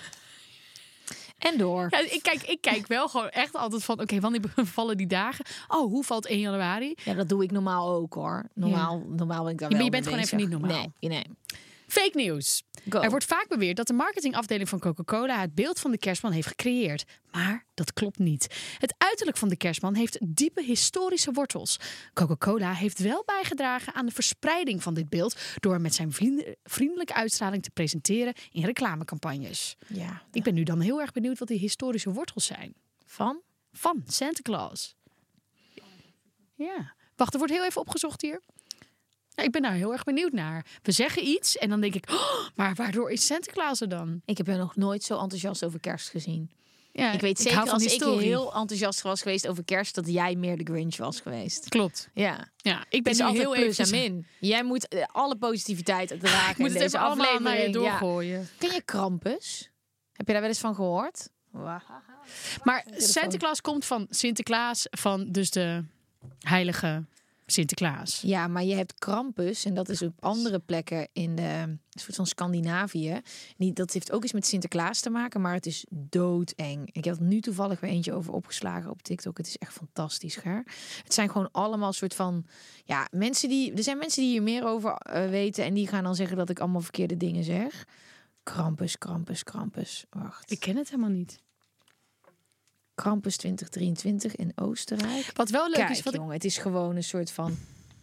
En door. Ja, ik, kijk, ik kijk wel gewoon echt altijd van... Oké, wanneer vallen die dagen? Oh, hoe valt één januari? Ja, dat doe ik normaal ook hoor. Normaal, normaal ben ik daar Ja, maar wel je bent mee gewoon even bezig. niet normaal. Nee, nee. Fake nieuws. Go. Er wordt vaak beweerd dat de marketingafdeling van Coca-Cola het beeld van de kerstman heeft gecreëerd. Maar dat klopt niet. Het uiterlijk van de kerstman heeft diepe historische wortels. Coca-Cola heeft wel bijgedragen aan de verspreiding van dit beeld door hem met zijn vriend- vriendelijke uitstraling te presenteren in reclamecampagnes. Ja. Ik ben nu dan heel erg benieuwd wat die historische wortels zijn. Van? Van Santa Claus. Ja. Wacht, er wordt heel even opgezocht hier. Ja, ik ben daar heel erg benieuwd naar. We zeggen iets en dan denk ik, oh, maar waardoor is Santa Claus er dan? Ik heb er nog nooit zo enthousiast over kerst gezien. Ja, Ik weet zeker hou van als ik historie. heel enthousiast was geweest over kerst, dat jij meer de Grinch was geweest. Klopt. Ja. Ja, ik ben Het is nu altijd heel plus even. en min. Jij moet eh, alle positiviteit dragen Ik moet in het deze even allemaal aflevering. naar je Ja. doorgooien. Ken je Krampus? Heb je daar wel eens van gehoord? Maar Santa Claus komt van Sinterklaas, van dus de heilige Sinterklaas. Ja, maar je hebt Krampus en dat is op andere plekken in de een soort van Scandinavië. Die, dat heeft ook iets met Sinterklaas te maken, maar het is doodeng. Ik heb er nu toevallig weer eentje over opgeslagen op TikTok. Het is echt fantastisch, Ger. Het zijn gewoon allemaal soort van ja mensen die er zijn mensen die hier meer over uh, weten en die gaan dan zeggen dat ik allemaal verkeerde dingen zeg. Krampus, Krampus, Krampus. Wacht. Ik ken het helemaal niet. Krampus twintig drieëntwintig in Oostenrijk. Wat wel leuk Kijk, is, wat ik... jongen, het is gewoon een soort van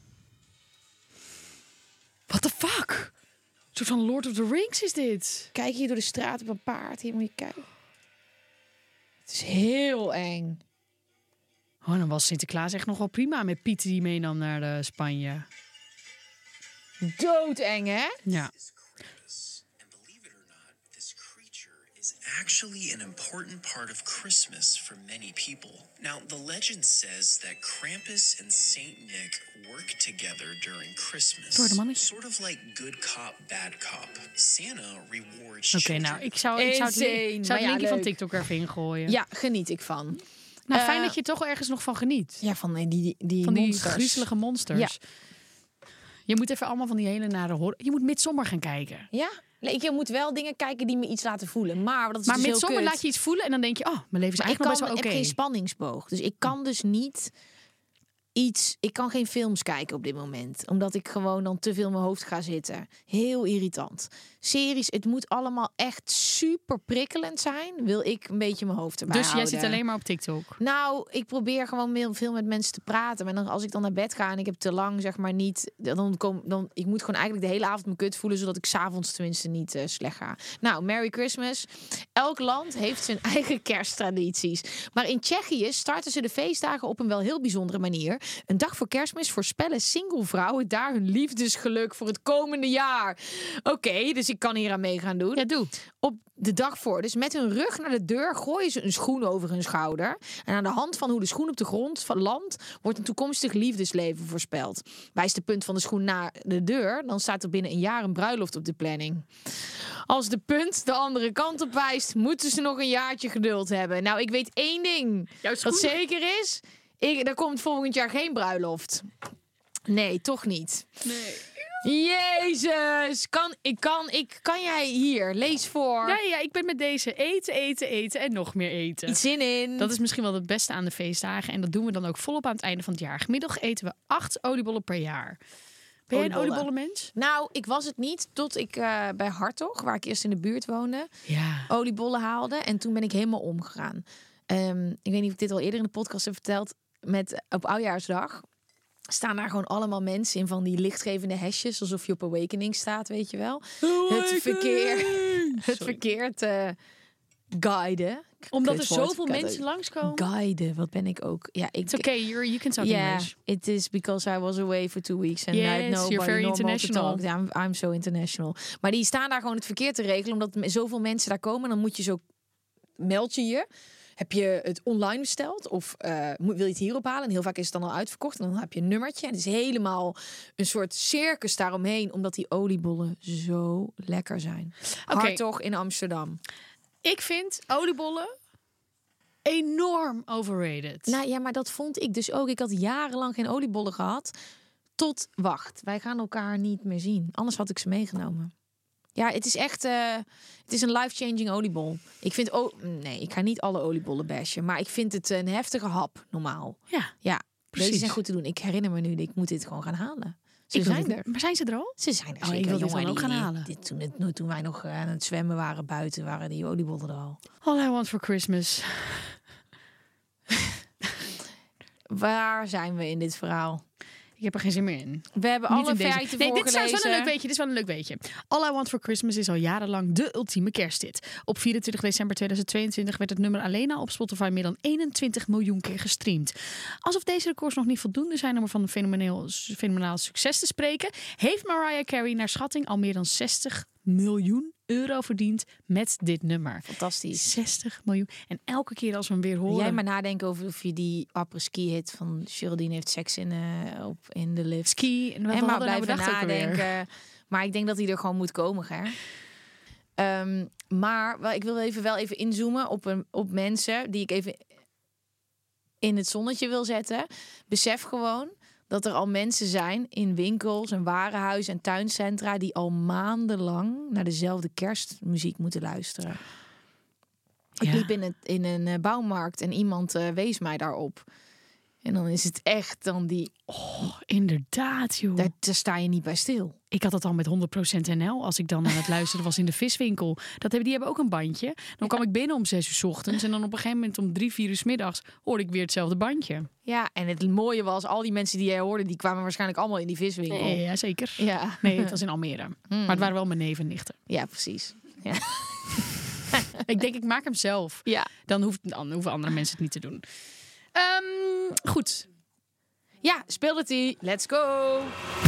What the fuck? Een soort van Lord of the Rings is dit. kijk hier door de straat op een paard. Hier moet je kijken. Het is heel eng. Oh, dan was Sinterklaas echt nog wel prima met Piet die meenam naar de Spanje. Doodeng, hè? Ja. And believe it or not, this creature is actually an important part of Christmas for many people. Now, the legend says that Krampus and Saint Nick work together during Christmas. Door de mannetje. Sort of like good cop, bad cop. Santa rewards Oké, children. nou, ik zou, ik zou het, link- Insane. ik zou Maar het ja, linkje van leuk. TikTok er even ingooien. Ja, geniet ik van. Nou, fijn Eh, dat je er toch ergens nog van geniet. Ja, van die, die, die Van die monsters. griezelige monsters. Je moet even allemaal van die hele nare horror... Je moet Midsommar gaan kijken. Ja, nee, je moet wel dingen kijken die me iets laten voelen. Maar dat is Maar dus heel Midsommar kut. laat je iets voelen en dan denk je... Oh, mijn leven is Maar ik eigenlijk nog kan, best wel heb oké. geen spanningsboog. Dus ik kan dus niet iets... Ik kan geen films kijken op dit moment. Omdat ik gewoon dan te veel in mijn hoofd ga zitten. Heel irritant. Series, het moet allemaal echt super prikkelend zijn. Wil ik een beetje mijn hoofd erbij Dus jij houden. zit alleen maar op TikTok? Nou, ik probeer gewoon heel veel met mensen te praten. Maar dan, als ik dan naar bed ga en ik heb te lang, zeg maar, niet... Dan kom, dan, ik moet gewoon eigenlijk de hele avond mijn kut voelen... zodat ik 's avonds tenminste niet uh, slecht ga. Nou, Merry Christmas. Elk land heeft zijn eigen kersttradities. Maar in Tsjechië starten ze de feestdagen op een wel heel bijzondere manier. Een dag voor Kerstmis voorspellen single vrouwen daar hun liefdesgeluk voor het komende jaar. Oké, okay, dus ik kan hier aan mee gaan doen. Ja, doe. Op de dag voor. Dus met hun rug naar de deur gooien ze een schoen over hun schouder. En aan de hand van hoe de schoen op de grond landt, wordt een toekomstig liefdesleven voorspeld. Wijst de punt van de schoen naar de deur, dan staat er binnen een jaar een bruiloft op de planning. Als de punt de andere kant op wijst, moeten ze nog een jaartje geduld hebben. Nou, ik weet één ding. Wat zeker is, ik, er komt volgend jaar geen bruiloft. Nee, toch niet. Nee. Jezus, kan, ik kan, ik, kan jij hier, lees voor. Ja, ja, ik ben met deze eten, eten, eten en nog meer eten. Iets zin in. Dat is misschien wel het beste aan de feestdagen. En dat doen we dan ook volop aan het einde van het jaar. Gemiddeld eten we acht oliebollen per jaar. Ben jij een oliebollenmens? Nou, ik was het niet tot ik uh, bij Hartog, waar ik eerst in de buurt woonde, ja. oliebollen haalde. En toen ben ik helemaal omgegaan. Um, ik weet niet of ik dit al eerder in de podcast heb verteld. Met, op Oudjaarsdag staan daar gewoon allemaal mensen in van die lichtgevende hesjes, alsof je op Awakening staat, weet je wel. Awakening! Het verkeer, het Sorry. verkeer te guiden. Omdat er zoveel mensen langskomen. Guiden, wat ben ik ook. Ja, ik. It's okay, you're, you can talk yeah, English. It is because I was away for two weeks and yes, I had nobody you're very international. to talk. I'm, I'm so international. Maar die staan daar gewoon het verkeer te regelen, omdat zoveel mensen daar komen. Dan moet je zo, meld je je. Heb je het online besteld of uh, wil je het hier ophalen? En heel vaak is het dan al uitverkocht. En dan heb je een nummertje. En het is helemaal een soort circus daaromheen. Omdat die oliebollen zo lekker zijn. Okay. Hartog in Amsterdam. Ik vind oliebollen enorm overrated. Nou ja, maar dat vond ik dus ook. Ik had jarenlang geen oliebollen gehad. Tot, wacht, wij gaan elkaar niet meer zien. Anders had ik ze meegenomen. Ja, het is echt, uh, het is een life-changing oliebol. Ik vind, oh, nee, ik ga niet alle oliebollen bashen, maar ik vind het een heftige hap, normaal. Ja, ja, precies. Deze zijn goed te doen. Ik herinner me nu, ik moet dit gewoon gaan halen. Ze ik zijn dit, er. Maar zijn ze er al? Ze zijn er oh, zeker. Ik wil jongen, dit ook gaan die, halen. Dit, toen, het, toen wij nog aan het zwemmen waren buiten, waren die oliebollen er al. All I want for Christmas. Waar zijn we in dit verhaal? Ik heb er geen zin meer in. We hebben Niet alle feiten deze... Nee, dit is wel een leuk weetje. Dit is wel een leuk weetje. All I Want for Christmas is al jarenlang de ultieme kersthit. Op vierentwintig december tweeduizend tweeëntwintig werd het nummer alleen al op Spotify meer dan eenentwintig miljoen keer gestreamd. Alsof deze records nog niet voldoende zijn om er van een fenomenaal, fenomenaal succes te spreken, heeft Mariah Carey naar schatting al meer dan zestig miljoen euro verdiend met dit nummer. Fantastisch. zestig miljoen. En elke keer als we hem weer horen... Jij maar nadenken over of je die après-ski hit van Geraldine heeft seks in, uh, op, in de lift. Ski. En, en maar blijven nou nadenken. Maar ik denk dat die er gewoon moet komen, hè. Um, maar wel, ik wil even wel even inzoomen op, een, op mensen die ik even in het zonnetje wil zetten. Besef gewoon dat er al mensen zijn in winkels en warenhuizen en tuincentra die al maandenlang naar dezelfde kerstmuziek moeten luisteren. Ja. Ik liep in, het, in een uh, bouwmarkt en iemand uh, wees mij daarop. En dan is het echt dan die... Oh, inderdaad, joh. Daar, daar sta je niet bij stil. Ik had dat al met honderd procent N L als ik dan aan het luisteren was in de viswinkel. Dat hebben, die hebben ook een bandje. Dan kwam ik binnen om zes uur 's ochtends en dan op een gegeven moment om drie, vier uur 's middags hoorde ik weer hetzelfde bandje. Ja, en het mooie was, al die mensen die jij hoorde, die kwamen waarschijnlijk allemaal in die viswinkel. Nee, ja, zeker. Ja. Nee, het was in Almere. Mm. Maar het waren wel mijn neven en nichten. Ja, precies. Ja. Ik denk, ik maak hem zelf. Ja. Dan, hoeft, dan hoeven andere mensen het niet te doen. Um, goed. Ja, speelde die. Let's go.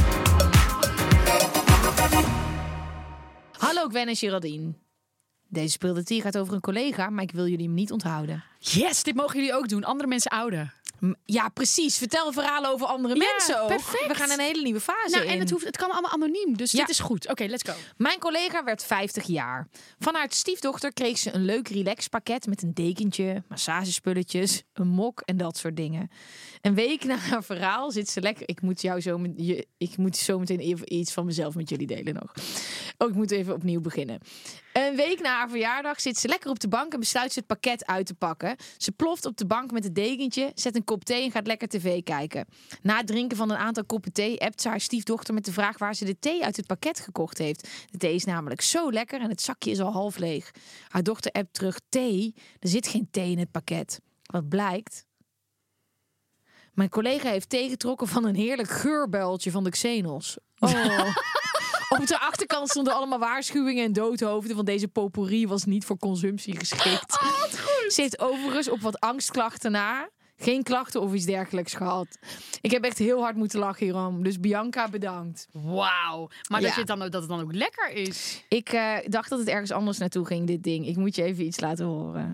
Hallo Gwen en Geraldine. Deze speelde die gaat over een collega, maar ik wil jullie hem niet onthouden. Yes, dit mogen jullie ook doen. Andere mensen ouden. Ja, precies. Vertel verhalen over andere ja, mensen ook. Perfect. We gaan een hele nieuwe fase nou, in. En het, hoeft, het kan allemaal anoniem, dus ja. Dit is goed. Oké, okay, let's go. Mijn collega werd vijftig jaar. Van haar stiefdochter kreeg ze een leuk relaxpakket met een dekentje, massagespulletjes, een mok en dat soort dingen. Een week na haar verhaal zit ze lekker... Ik moet jou zo, met, je, ik moet zo meteen even iets van mezelf met jullie delen nog. Oh, ik moet even opnieuw beginnen. Een week na haar verjaardag zit ze lekker op de bank en besluit ze het pakket uit te pakken. Ze ploft op de bank met het dekentje, zet een kop thee en gaat lekker tv kijken. Na het drinken van een aantal koppen thee appt ze haar stiefdochter met de vraag waar ze de thee uit het pakket gekocht heeft. De thee is namelijk zo lekker en het zakje is al half leeg. Haar dochter appt terug: thee? Er zit geen thee in het pakket. Wat blijkt? Mijn collega heeft thee getrokken van een heerlijk geurbuiltje van de Xenos. Oh. Op de achterkant stonden allemaal waarschuwingen en doodhoofden, van deze potpourri was niet voor consumptie geschikt. Oh, wat goed. Ze heeft overigens op wat angstklachten na geen klachten of iets dergelijks gehad. Ik heb echt heel hard moeten lachen hierom. Dus Bianca, bedankt. Wauw. Maar Ja. dat, je het dan, dat het dan ook lekker is. Ik uh, dacht dat het ergens anders naartoe ging, dit ding. Ik moet je even iets laten horen.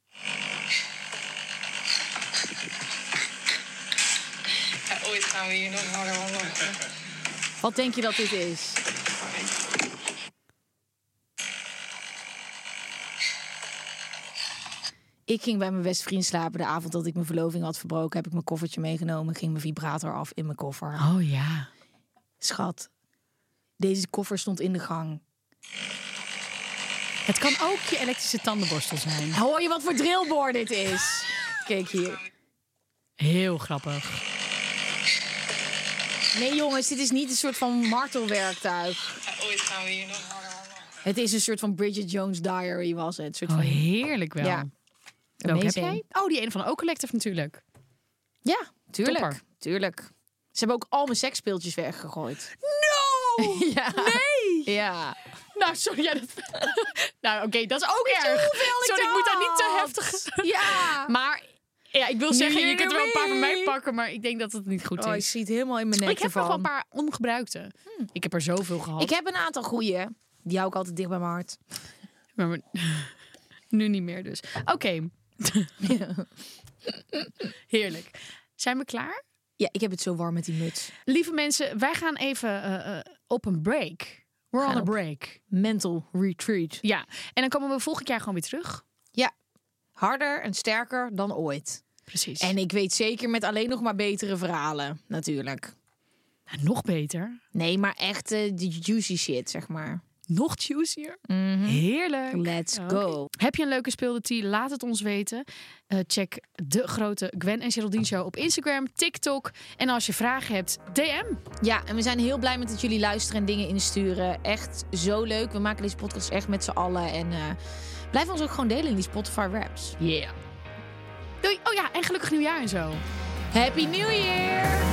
Ja, ooit gaan we hier nog harder van lachen. Wat denk je dat dit is? Ik ging bij mijn beste vriend slapen de avond dat ik mijn verloving had verbroken. Heb ik mijn koffertje meegenomen, ging mijn vibrator af in mijn koffer. Oh ja. Schat, deze koffer stond in de gang. Het kan ook je elektrische tandenborstel zijn. Hoor je wat voor drillboor dit is? Kijk hier. Heel grappig. Nee jongens, dit is niet een soort van martelwerktuig. Ja, ooit gaan we hier nog harder van lachen. Het is een soort van Bridget Jones' Diary was het. Een soort Oh, van... heerlijk wel. Ja. Welke heb Amazing. jij? Oh, die ene van Oak Collective natuurlijk. Ja, tuurlijk. Topper. Tuurlijk. Ze hebben ook al mijn seksspeeltjes weggegooid. No! Ja. Nee! Ja. Nou, sorry. Ja, dat... nou, oké, okay, dat is ook erg. hoeveel ik Sorry, ik moet daar niet te had. heftig... Ja. Maar ja, ik wil zeggen, je Nee, kunt er wel een paar van mij nee. pakken, maar ik denk dat het niet goed Oh, ik is. schiet helemaal in mijn nek ik heb nog ervan. wel een paar ongebruikte. Ik heb er zoveel gehad. Ik heb een aantal goeie. Die hou ik altijd dicht bij mijn hart. Maar we- nu niet meer dus. Oké. Okay. Heerlijk. Zijn we klaar? Ja, ik heb het zo warm met die muts. Lieve mensen, wij gaan even uh, uh, op een break. We're Gaan on a op. break. Mental retreat. Ja, en dan komen we volgend jaar gewoon weer terug. Ja, harder en sterker dan ooit. Precies. En ik weet zeker met alleen nog maar betere verhalen, natuurlijk. Nou, nog beter. Nee, maar echt uh, de juicy shit, zeg maar. Nog juicier. Mm-hmm. Heerlijk. Let's Oké. go. Heb je een leuke speeldetie? Laat het ons weten. Uh, check de grote Gwen en Geraldine Show op Instagram, TikTok. En als je vragen hebt, D M. Ja, en we zijn heel blij met dat jullie luisteren en dingen insturen. Echt zo leuk. We maken deze podcast echt met z'n allen. En uh, blijf ons ook gewoon delen in die Spotify Raps. Yeah. Doei. Oh ja, en gelukkig nieuwjaar en zo. Happy New Year!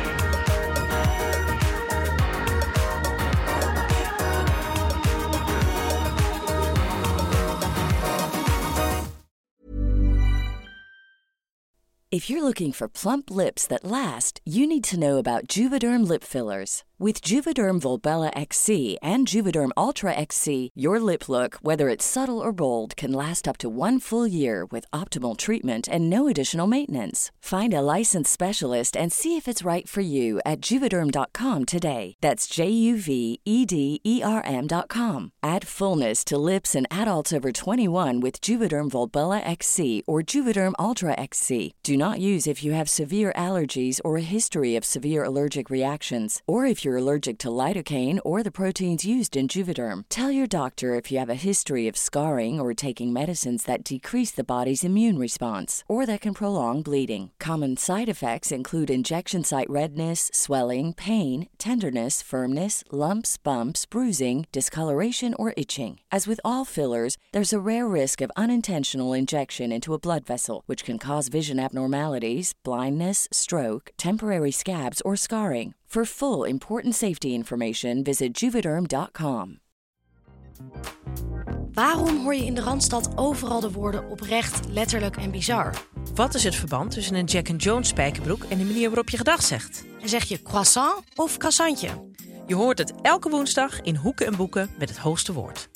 If you're looking for plump lips that last, you need to know about Juvederm lip fillers. With Juvederm Volbella X C and Juvederm Ultra X C, your lip look, whether it's subtle or bold, can last up to one full year with optimal treatment and no additional maintenance. Find a licensed specialist and see if it's right for you at juvederm dot com today. That's J U V E D E R M dot com. Add fullness to lips in adults over twenty-one with Juvederm Volbella X C or Juvederm Ultra X C. Do not use if you have severe allergies or a history of severe allergic reactions, or if you're allergic to lidocaine or the proteins used in Juvederm. Tell your doctor if you have a history of scarring or taking medicines that decrease the body's immune response or that can prolong bleeding. Common side effects include injection site redness, swelling, pain, tenderness, firmness, lumps, bumps, bruising, discoloration, or itching. As with all fillers, there's a rare risk of unintentional injection into a blood vessel, which can cause vision abnormalities, blindness, stroke, temporary scabs, or scarring. For full important safety information, visit juvederm dot com. Waarom hoor je in de Randstad overal de woorden oprecht, letterlijk en bizar? Wat is het verband tussen een Jack and Jones spijkerbroek en de manier waarop je gedag zegt? En zeg je croissant of croissantje? Je hoort het elke woensdag in Hoeken en Boeken met het hoogste woord.